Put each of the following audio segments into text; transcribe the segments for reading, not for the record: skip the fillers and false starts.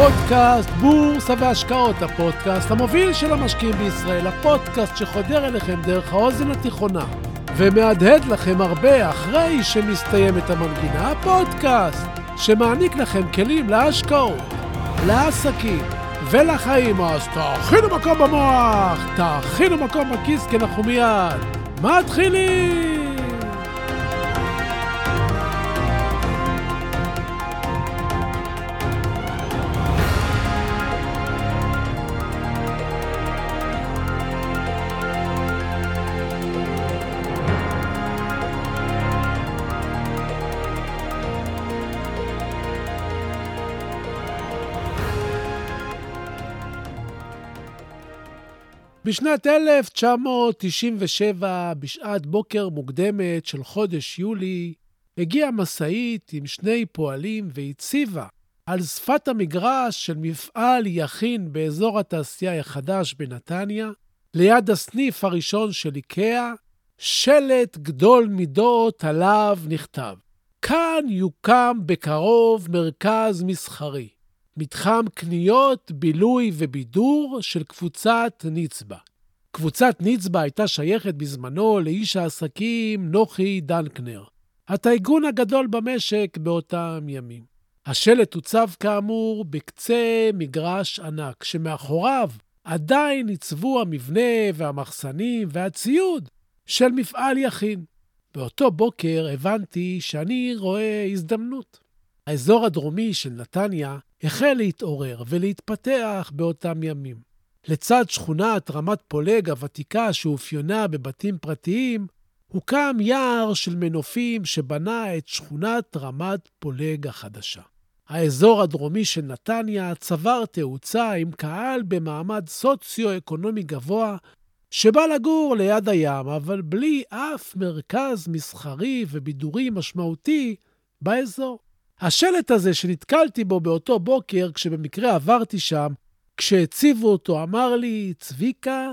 פודקאסט בורסה והשקעות, הפודקאסט המוביל של המשקיעים בישראל, הפודקאסט שחודר אליכם דרך האוזן התיכונה ומהדהד לכם הרבה אחרי שמסתיימת המנגינה, הפודקאסט שמעניק לכם כלים להשקעות, לעסקים ולחיים. אז תאכינו מקום במוח, תאכינו מקום בכיס, כי אנחנו מיד מתחילים. בשנת 1997, בשעת בוקר מוקדמת של חודש יולי, הגיעה משאית עם שני פועלים והציבה על שפת המגרש של מפעל יכין באזור התעשייה החדש בנתניה, ליד הסניף הראשון של איקאה, שלט גדול מידות עליו נכתב: כאן יוקם בקרוב מרכז מסחרי, מתחם קניות, בילוי ובידור של קבוצת ניצבה. קבוצת ניצבה הייתה שייכת בזמנו לאיש העסקים נוחי דנקנר, הטייקון הגדול במשק באותם ימים. השלט הוצב כאמור בקצה מגרש ענק, שמאחוריו עדיין ניצבו המבנה והמחסנים והציוד של מפעל יכין. באותו בוקר הבנתי שאני רואה הזדמנות. האזור הדרומי של נתניה החל להתעורר ולהתפתח באותם ימים. לצד שכונת רמת פולג הוותיקה שאופיונה בבתים פרטיים, הוקם יער של מנופים שבנה את שכונת רמת פולג החדשה. האזור הדרומי של נתניה צבר תאוצה עם קהל במעמד סוציו-אקונומי גבוה, שבא לגור ליד הים, אבל בלי אף מרכז מסחרי ובידורי משמעותי באזור. השלט הזה שנתקלתי בו באותו בוקר, כשבמקרה עברתי שם, כשהציבו אותו, אמר לי: צביקה,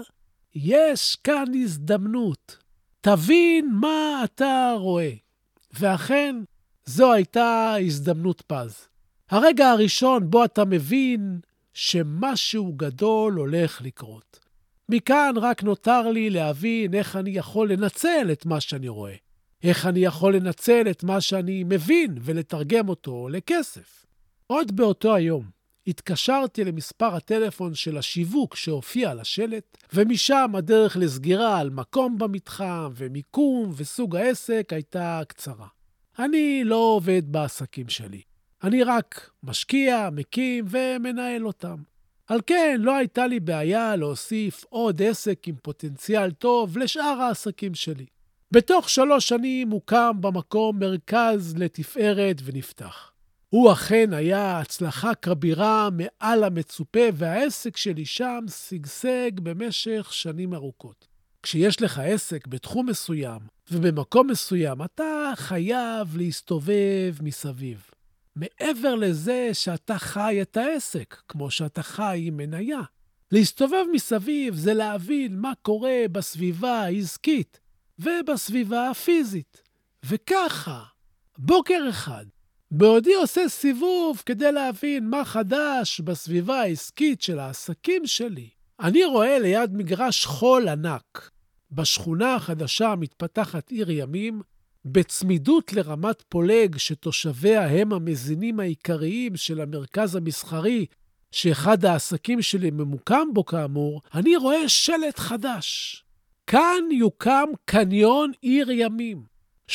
יש כאן הזדמנות. תבין מה אתה רואה. ואכן, זו הייתה הזדמנות פז. הרגע הראשון בו אתה מבין שמשהו גדול הולך לקרות. מכאן רק נותר לי להבין איך אני יכול לנצל את מה שאני רואה. איך אני יכול לנצל את מה שאני מבין ולתרגם אותו לכסף. עוד באותו היום התקשרתי למספר הטלפון של השיווק שהופיע על השלט, ומשם הדרך לסגירה על מקום במתחם ומיקום וסוג העסק הייתה קצרה. אני לא עובד בעסקים שלי. אני רק משקיע, מקים ומנהל אותם. על כן לא הייתה לי בעיה להוסיף עוד עסק עם פוטנציאל טוב לשאר העסקים שלי. בתוך 3 שנים הוקם במקום מרכז לתפארת ונפתח. הוא אכן היה הצלחה כבירה מעל המצופה, והעסק שלי שם סגסג במשך שנים ארוכות. כשיש לך עסק בתחום מסוים ובמקום מסוים, אתה חייב להסתובב מסביב. מעבר לזה שאתה חי את העסק, כמו שאתה חי עם מניה. להסתובב מסביב זה להבין מה קורה בסביבה העסקית ובסביבה הפיזית. וככה, בוקר אחד, בעודי עושה סיבוב כדי להבין מה חדש בסביבה העסקית של העסקים שלי, אני רואה ליד מגרש חול ענק, בשכונה החדשה מתפתחת עיר ימים, בצמידות לרמת פולג שתושביה הם המזינים העיקריים של המרכז המסחרי, שאחד העסקים שלי ממוקם בו כאמור, אני רואה שלט חדש. כאן יוקם קניון עיר ימים.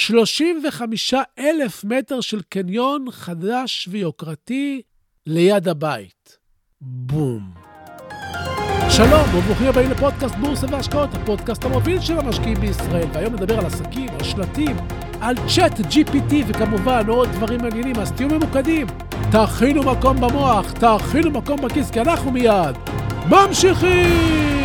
35,000 מטר של קניון חדש ויוקרתי ליד הבית. בום. שלום וברוכים הבאים לפודקאסט בורסה והשקעות, הפודקאסט המוביל של המשקיעים בישראל. והיום נדבר על עסקים, על שלטים, על צ'אט GPT וכמובן עוד דברים מעניינים. אז תהיו ממוקדים. תאכינו מקום במוח, תאכינו מקום בכיס, כי אנחנו מיד ממשיכים.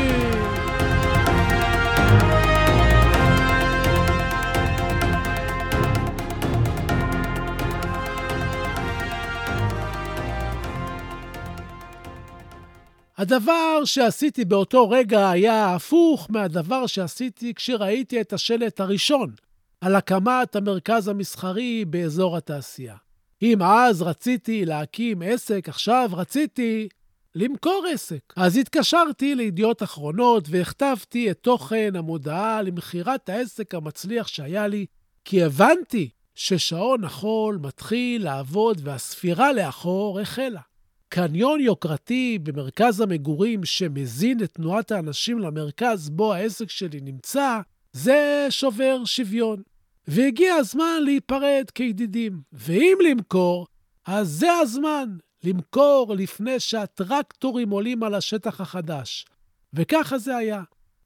הדבר שעשיתי באותו רגע היה הפוך מהדבר שעשיתי כשראיתי את השלט הראשון על הקמת המרכז המסחרי באזור התעשייה. אם אז רציתי להקים עסק, עכשיו רציתי למכור עסק. אז התקשרתי לידיעות אחרונות והכתבתי את תוכן המודעה למכירת העסק המצליח שהיה לי, כי הבנתי ששעון החול מתחיל לעבוד והספירה לאחור החלה. קניון יוקרתי במרכז המגורים שמזין את תנועת האנשים למרכז בו העסק שלי נמצא, זה שובר שוויון. והגיע הזמן להיפרד כידידים. ואם למכור, אז זה הזמן. למכור לפני שהטרקטורים עולים על השטח החדש. וככה זה היה.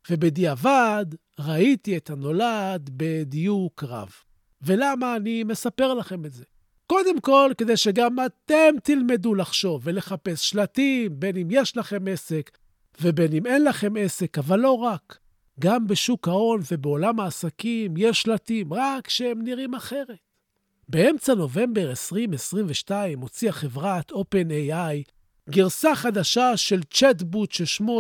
ובדיעבד ראיתי את הנולד בדיוק רב. ולמה אני מספר לכם את זה? קודם כל, כדי שגם אתם תלמדו לחשוב ולחפש שלטים, בין אם יש לכם עסק ובין אם אין לכם עסק, אבל לא רק. גם בשוק ההון ובעולם העסקים יש שלטים, רק שהם נראים אחרת. באמצע נובמבר 2022 הוציאה חברת OpenAI גרסה חדשה של צ'אטבוט ששמו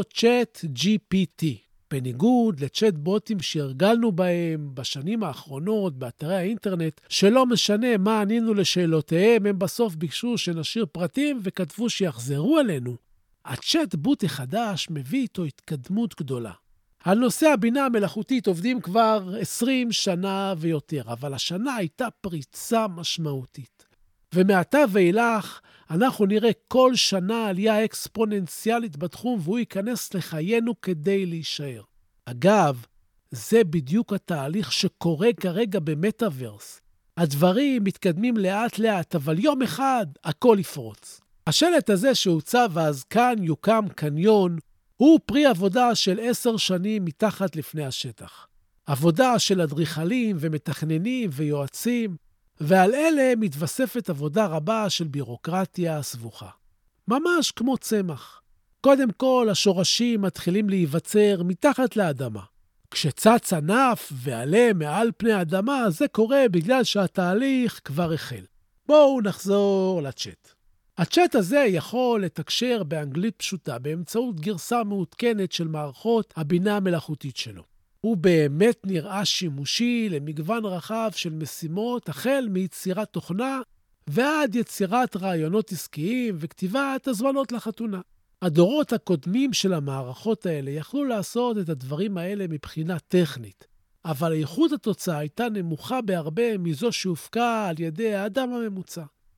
ChatGPT. בניגוד לצ'אטבוטים שהרגלנו בהם בשנים האחרונות באתרי האינטרנט, שלא משנה מה ענינו לשאלותיהם, הם בסוף ביקשו שנשאיר פרטים וכתבו שיחזרו אלינו. הצ'אטבוט החדש מביא איתו התקדמות גדולה. על נושא הבינה המלאכותית עובדים כבר 20 שנה ויותר, אבל השנה הייתה פריצה משמעותית. ומעתה ואילך אנחנו נראה כל שנה עלייה אקספוננציאלית בתחום, והוא ייכנס לחיינו כדי להישאר. אגב, זה בדיוק התהליך שקורה כרגע במטאברס. הדברים מתקדמים לאט לאט, אבל יום אחד הכל יפרוץ. השלט הזה שהוצב אז כאן יוקם קניון, הוא פרי עבודה של 10 שנים מתחת לפני השטח. עבודה של אדריכלים ומתכננים ויועצים, ועל אלה מתווספת עבודה רבה של בירוקרטיה סבוכה. ממש כמו צמח. קודם כל, השורשים מתחילים להיווצר מתחת לאדמה. כשצץ ענף ועלה מעל פני האדמה, זה קורה בגלל שהתהליך כבר החל. בואו נחזור לצ'אט. הצ'אט הזה יכול לתקשר באנגלית פשוטה באמצעות גרסה מעודכנת של מערכות הבינה המלאכותית שלו. הוא באמת נראה שימושי למגוון רחב של משימות, החל מיצירת תוכנה ועד יצירת רעיונות עסקיים וכתיבת הזמנות לחתונה. הדורות הקודמים של המערכות האלה יכלו לעשות את הדברים האלה מבחינה טכנית, אבל איכות התוצאה הייתה נמוכה בהרבה מזו שהופקה על ידי האדם הממוצע.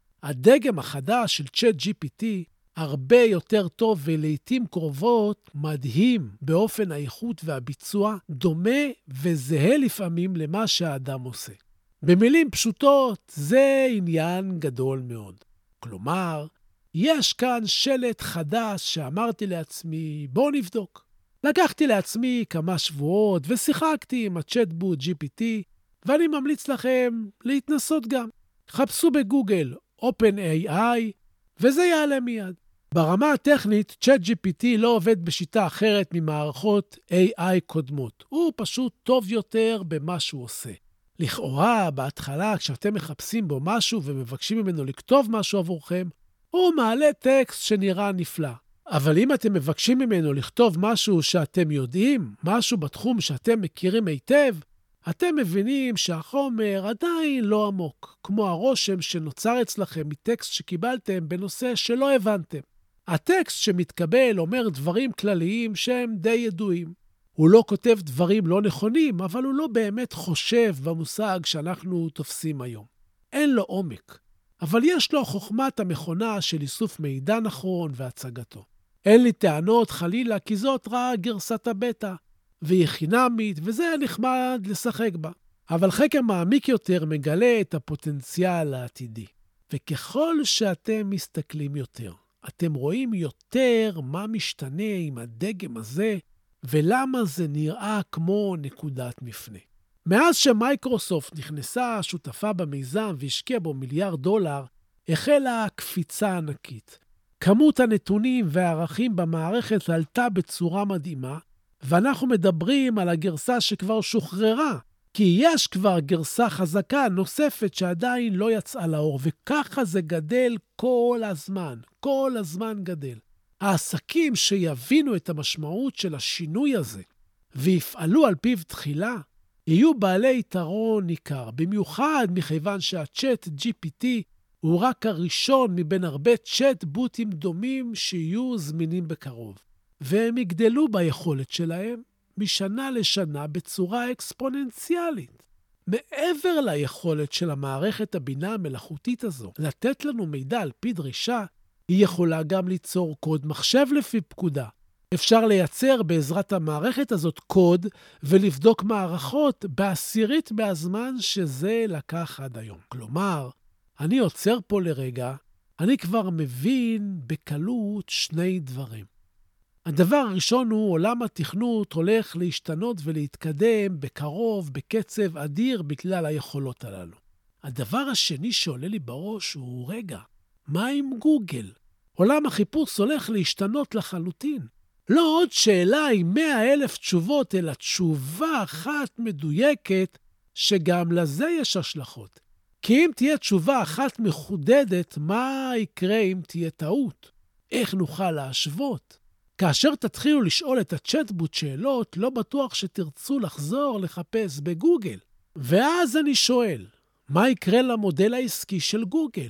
הדגם החדש של ChatGPT הרבה יותר טוב ולעיתים קרובות מדהים באופן האיכות והביצוע, דומה וזהה לפעמים למה שהאדם עושה. במילים פשוטות, זה עניין גדול מאוד. כלומר, יש כאן שלט חדש שאמרתי לעצמי, בוא נבדוק. לקחתי לעצמי כמה שבועות ושיחקתי עם הצ'אטבוט GPT, ואני ממליץ לכם להתנסות גם. חפשו בגוגל OpenAI, וזה יעלה מיד. ברמה הטכנית, ChatGPT לא עובד בשיטה אחרת ממערכות AI קודמות. הוא פשוט טוב יותר במה שהוא עושה. לכאורה, בהתחלה, כשאתם מחפשים בו משהו ומבקשים ממנו לכתוב משהו עבורכם, הוא מעלה טקסט שנראה נפלא. אבל אם אתם מבקשים ממנו לכתוב משהו שאתם יודעים, משהו בתחום שאתם מכירים היטב, אתם מבינים שהחומר עדיין לא עמוק, כמו הרושם שנוצר אצלכם מטקסט שקיבלתם בנושא שלא הבנתם. הטקסט שמתקבל אומר דברים כלליים שהם די ידועים. הוא לא כותב דברים לא נכונים, אבל הוא לא באמת חושב במושג שאנחנו תופסים היום. אין לו עומק, אבל יש לו חוכמת המכונה של איסוף מידע נכון והצגתו. אין לי טענות חלילה, כי זאת רק גרסת הבטא, והיא חינמית, וזה נחמד לשחק בה. אבל חקר מעמיק יותר מגלה את הפוטנציאל העתידי. וככל שאתם מסתכלים יותר, אתם רואים יותר מה משתנה עם הדגם הזה, ולמה זה נראה כמו נקודת מפנה. מאז שמייקרוסופט נכנסה שותפה במיזם והשקיעה בו $1 מיליארד, החלה קפיצה ענקית. כמות הנתונים והערכים במערכת עלתה בצורה מדהימה, ואנחנו מדברים על הגרסה שכבר שוחררה, כי יש כבר גרסה חזקה נוספת שעדיין לא יצאה לאור, וככה זה גדל כל הזמן גדל. העסקים שיבינו את המשמעות של השינוי הזה, ויפעלו על פיו תחילה, יהיו בעלי יתרון ניכר, במיוחד מכיוון שהצ'אט GPT הוא רק הראשון מבין הרבה צ'אט-בוטים דומים שיהיו זמינים בקרוב. והם יגדלו ביכולת שלהם משנה לשנה בצורה אקספוננציאלית. מעבר ליכולת של המערכת הבינה המלאכותית הזו לתת לנו מידע על פי דרישה, היא יכולה גם ליצור קוד מחשב לפי פקודה. אפשר לייצר בעזרת המערכת הזאת קוד ולבדוק מערכות בעשירית מהזמן שזה לקח עד היום. כלומר, אני עוצר פה לרגע, אני כבר מבין בקלות שני דברים. הדבר הראשון הוא עולם התכנות הולך להשתנות ולהתקדם בקרוב, בקצב אדיר בגלל היכולות הללו. הדבר השני שעולה לי בראש הוא, רגע, מה עם גוגל? עולם החיפוש הולך להשתנות לחלוטין. לא עוד שאלה עם 100,000 תשובות, אלא תשובה אחת מדויקת שגם לזה יש השלכות. כי אם תהיה תשובה אחת מחודדת, מה יקרה אם תהיה טעות? איך נוכל להשוות? כאשר תתחילו לשאול את הצ'אטבוט שאלות, לא בטוח שתרצו לחזור לחפש בגוגל. ואז אני שואל, מה יקרה למודל העסקי של גוגל?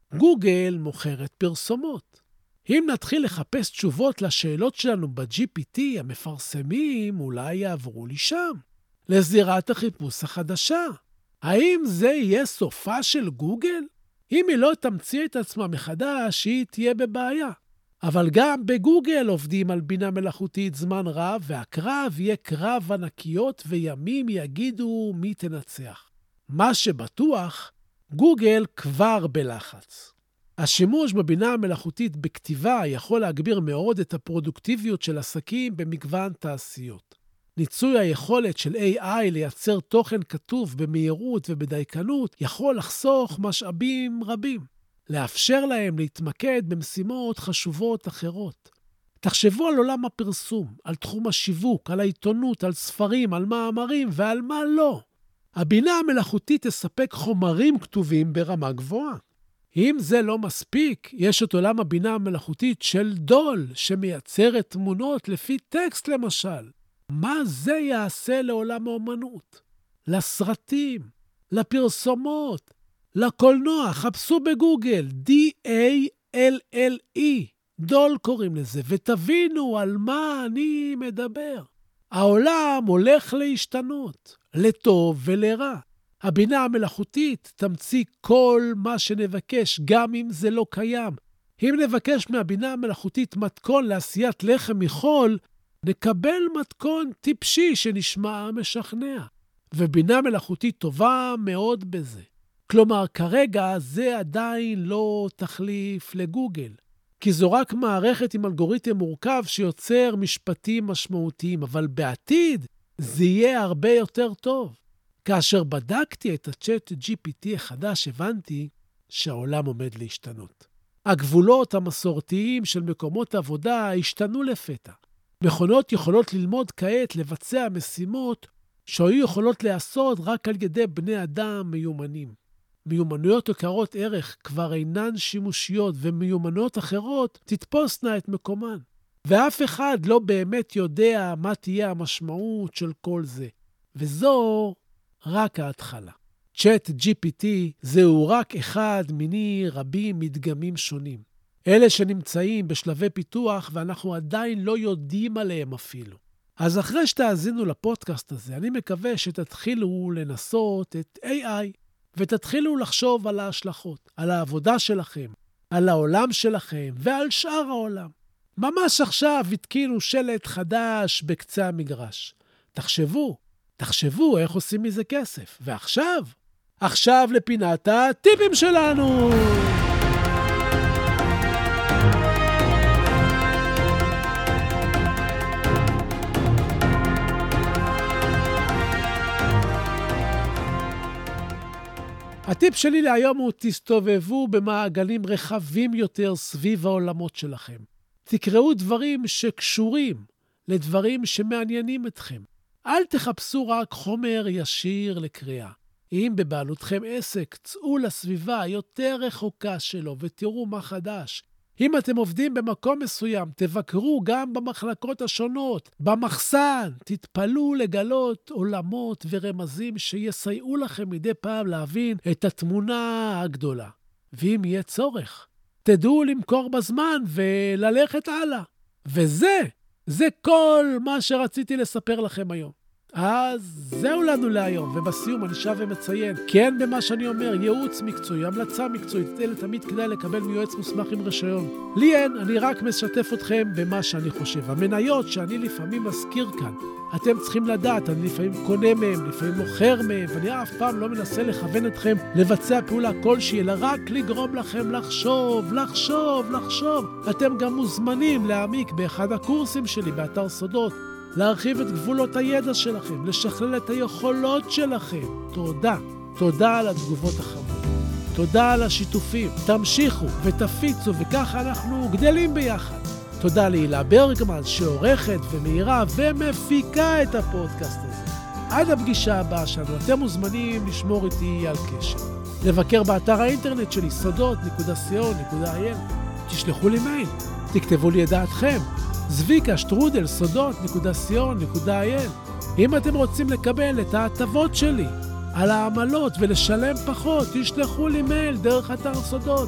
גוגל מוכרת פרסומות. אם נתחיל לחפש תשובות לשאלות שלנו ב-GPT, המפרסמים אולי יעברו לי שם, לזירת החיפוש החדשה. האם זה יהיה סופה של גוגל? אם היא לא תמציא את עצמה מחדש, היא תהיה בבעיה. אבל גם בגוגל עובדים על בינה מלאכותית זמן רב, והקרב יהיה קרב ענקיות וימים יגידו מי תנצח. מה שבטוח, גוגל כבר בלחץ. השימוש בבינה המלאכותית בכתיבה יכול להגביר מאוד את הפרודוקטיביות של עסקים במגוון תעשיות. ניצוי היכולת של AI לייצר תוכן כתוב במהירות ובדייקנות יכול לחסוך משאבים רבים. לאפשר להם להתמקד במשימות חשובות אחרות. תחשבו על עולם הפרסום, על תחום השיווק, על העיתונות, על ספרים, על מאמרים ועל מה לא. הבינה המלאכותית תספק חומרים כתובים ברמה גבוהה. אם זה לא מספיק, יש את עולם הבינה המלאכותית של דול, שמייצרת תמונות לפי טקסט למשל. מה זה יעשה לעולם האומנות? לסרטים, לפרסומות, לקולנוע, חפשו בגוגל, D-A-L-L-E, דול קוראים לזה, ותבינו על מה אני מדבר. העולם הולך להשתנות, לטוב ולרע. הבינה המלאכותית תמציא כל מה שנבקש, גם אם זה לא קיים. אם נבקש מהבינה המלאכותית מתכון לעשיית לחם מחול, נקבל מתכון טיפשי שנשמע משכנע. ובינה מלאכותית טובה מאוד בזה. כלומר, כרגע זה עדיין לא תחליף לגוגל, כי זו רק מערכת עם אלגוריתם מורכב שיוצר משפטים משמעותיים, אבל בעתיד זה יהיה הרבה יותר טוב. כאשר בדקתי את הצ'אט GPT החדש, הבנתי שהעולם עומד להשתנות. הגבולות המסורתיים של מקומות עבודה השתנו לפתע. מכונות יכולות ללמוד כעת לבצע משימות שהיו יכולות לעשות רק על ידי בני אדם מיומנים. מיומנויות יקרות ערך כבר אינן שימושיות, ומיומנויות אחרות תתפוסנה את מקומן. ואף אחד לא באמת יודע מה תהיה המשמעות של כל זה. וזו רק ההתחלה. צ'אט GPT זהו רק אחד מיני רבים מדגמים שונים. אלה שנמצאים בשלבי פיתוח ואנחנו עדיין לא יודעים עליהם אפילו. אז אחרי שתאזינו לפודקאסט הזה, אני מקווה שתתחילו לנסות את AI, ותתחילו לחשוב על ההשלכות, על העבודה שלכם, על העולם שלכם ועל שאר העולם. ממש עכשיו התקינו שלט חדש בקצה המגרש. תחשבו איך עושים מזה כסף. ועכשיו לפינת הטיפים שלנו. הטיפ שלי להיום הוא תסתובבו במעגלים רחבים יותר סביב העולמות שלכם. תקראו דברים שקשורים לדברים שמעניינים אתכם. אל תחפשו רק חומר ישיר לקריאה. אם בבעלותכם עסק, צאו לסביבה יותר רחוקה שלו ותראו מה חדש. אם אתם עובדים במקום מסוים, תבקרו גם במחלקות השונות, במחסן. תתפלאו לגלות עולמות ורמזים שיסייעו לכם מדי פעם להבין את התמונה הגדולה. ואם יהיה צורך, תדעו למכור בזמן וללכת הלאה. זה כל מה שרציתי לספר לכם היום. אז זהו לנו להיום, ובסיום אני שב ומציין, כן במה שאני אומר, ייעוץ מקצועי, המלצה מקצועית, אלה תמיד כדאי לקבל מיועץ מוסמך עם רישיון. לי אין, אני רק משתף אתכם במה שאני חושב. המניות שאני לפעמים מזכיר כאן, אתם צריכים לדעת, אני לפעמים קונה מהם, לפעמים מוכר מהם, ואני אף פעם לא מנסה לכוון אתכם לבצע פעולה כלשהי, אלא רק לגרום לכם לחשוב. אתם גם מוזמנים להעמיק באחד הקורסים שלי באתר סודות, להרחיב את גבולות הידע שלכם, לשכלל את היכולות שלכם. תודה על התגובות החמות. תודה על השיתופים. תמשיכו ותפיצו, וככה אנחנו גדלים ביחד. תודה להילה ברגמן שעורכת ומאירה ומפיקה את הפודקאסט הזה. עד הפגישה הבאה שלנו, אתם מוזמנים לשמור איתי על קשר. לבקר באתר האינטרנט שלי, sodot.co.il. תשלחו לי מייל, תכתבו לי את דעתכם. zvika@sodot.co.il. אם אתם רוצים לקבל את ההטבות שלי על העמלות ולשלם פחות, תשלחו לי מייל דרך אתר סודות,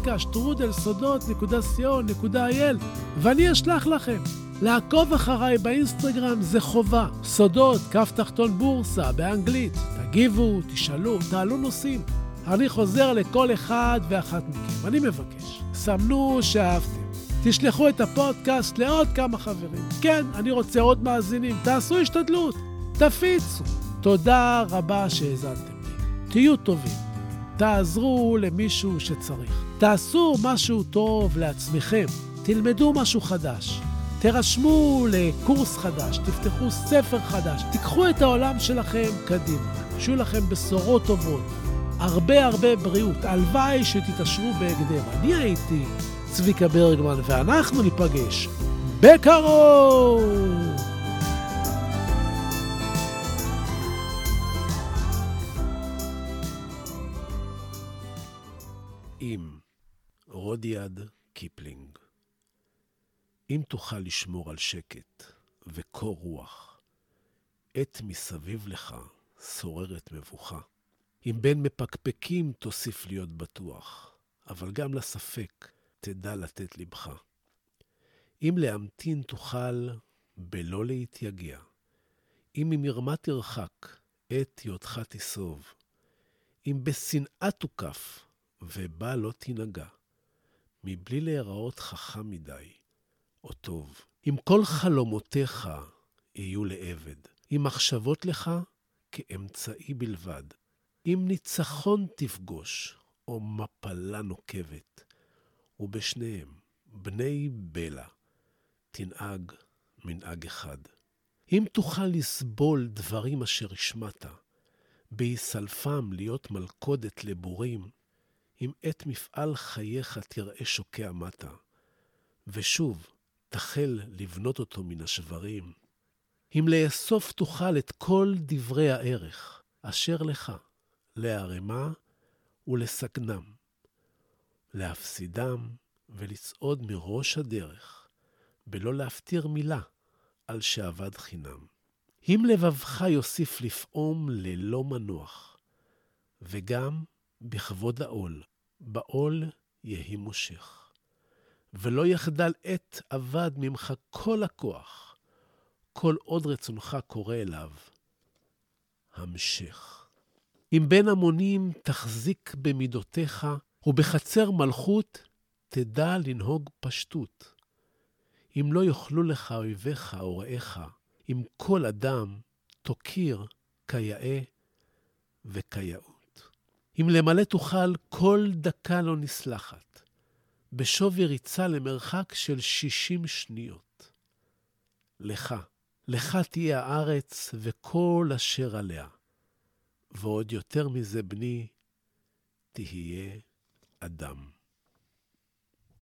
zvika@sodot.co.il, ואני אשלח לכם. לעקוב אחריי באינסטגרם זה חובה. סודות, בורסה, באנגלית. תגיבו, תשאלו, תעלו נושאים. אני חוזר לכל אחד ואחת מכם. אני מבקש, סמנו שאהבתם. תשלחו את הפודקאסט לעוד כמה חברים. כן, אני רוצה עוד מאזינים. תעשו השתדלות. תפיצו. תודה רבה שהאזנתם לי. תהיו טובים. תעזרו למישהו שצריך. תעשו משהו טוב לעצמכם. תלמדו משהו חדש. תרשמו לקורס חדש. תפתחו ספר חדש. תיקחו את העולם שלכם קדימה. שיהיו לכם בשורות טובות. הרבה בריאות. הלוואי שתתעשרו בהקדם. אני הייתי צביקה ברגמן, ואנחנו ניפגש בקרוב. עם רודיעד קיפלינג. אם תוכל לשמור על שקט וקור רוח, עת מסביב לך שוררת מבוכה. אם בין מפקפקים תוסיף להיות בטוח, אבל גם לספק תדע לתת לבך. אם להמתין תוכל בלא להתייגע, אם ממרמה תרחק, עת היותך תסוב, אם בשנאה תוקף ובה לא תנגע, מבלי להיראות חכם מדי או טוב. אם כל חלומותיך יהיו לעבד, אם מחשבות לך כאמצעי בלבד, אם ניצחון תפגוש או מפלה נוקבת, ובשניהם בני בלה תנהג מנהג אחד. אם תוכל לסבול דברים אשר השמעת, ביסלפם להיות מלכודת לבורים, אם עת מפעל חייך תראה שוקע מטה, ושוב תחל לבנות אותו מן השברים, אם לאסוף תוכל את כל דברי הערך אשר לך, להרמה ולסגנם, להפסידם ולצעוד מראש הדרך, בלא להפתיר מילה על שעבד חינם. אם לבבך יוסיף לפעום ללא מנוח, וגם בכבוד העול, בעול יהי מושך, ולא יחדל עת עבד ממך כל הכוח, כל עוד רצונך קורא אליו, המשך. אם בין המונים תחזיק במידותיך, ובחצר מלכות תדע לנהוג פשטות. אם לא יוכלו לך אויביך או רעיך, אם כל אדם תוקיר כיאה וכיאות. אם למלא תוכל כל דקה לא נסלחת, בשווי ריצה למרחק של 60 שניות. לך תהיה הארץ וכל אשר עליה, ועוד יותר מזה בני, תהיה אדם.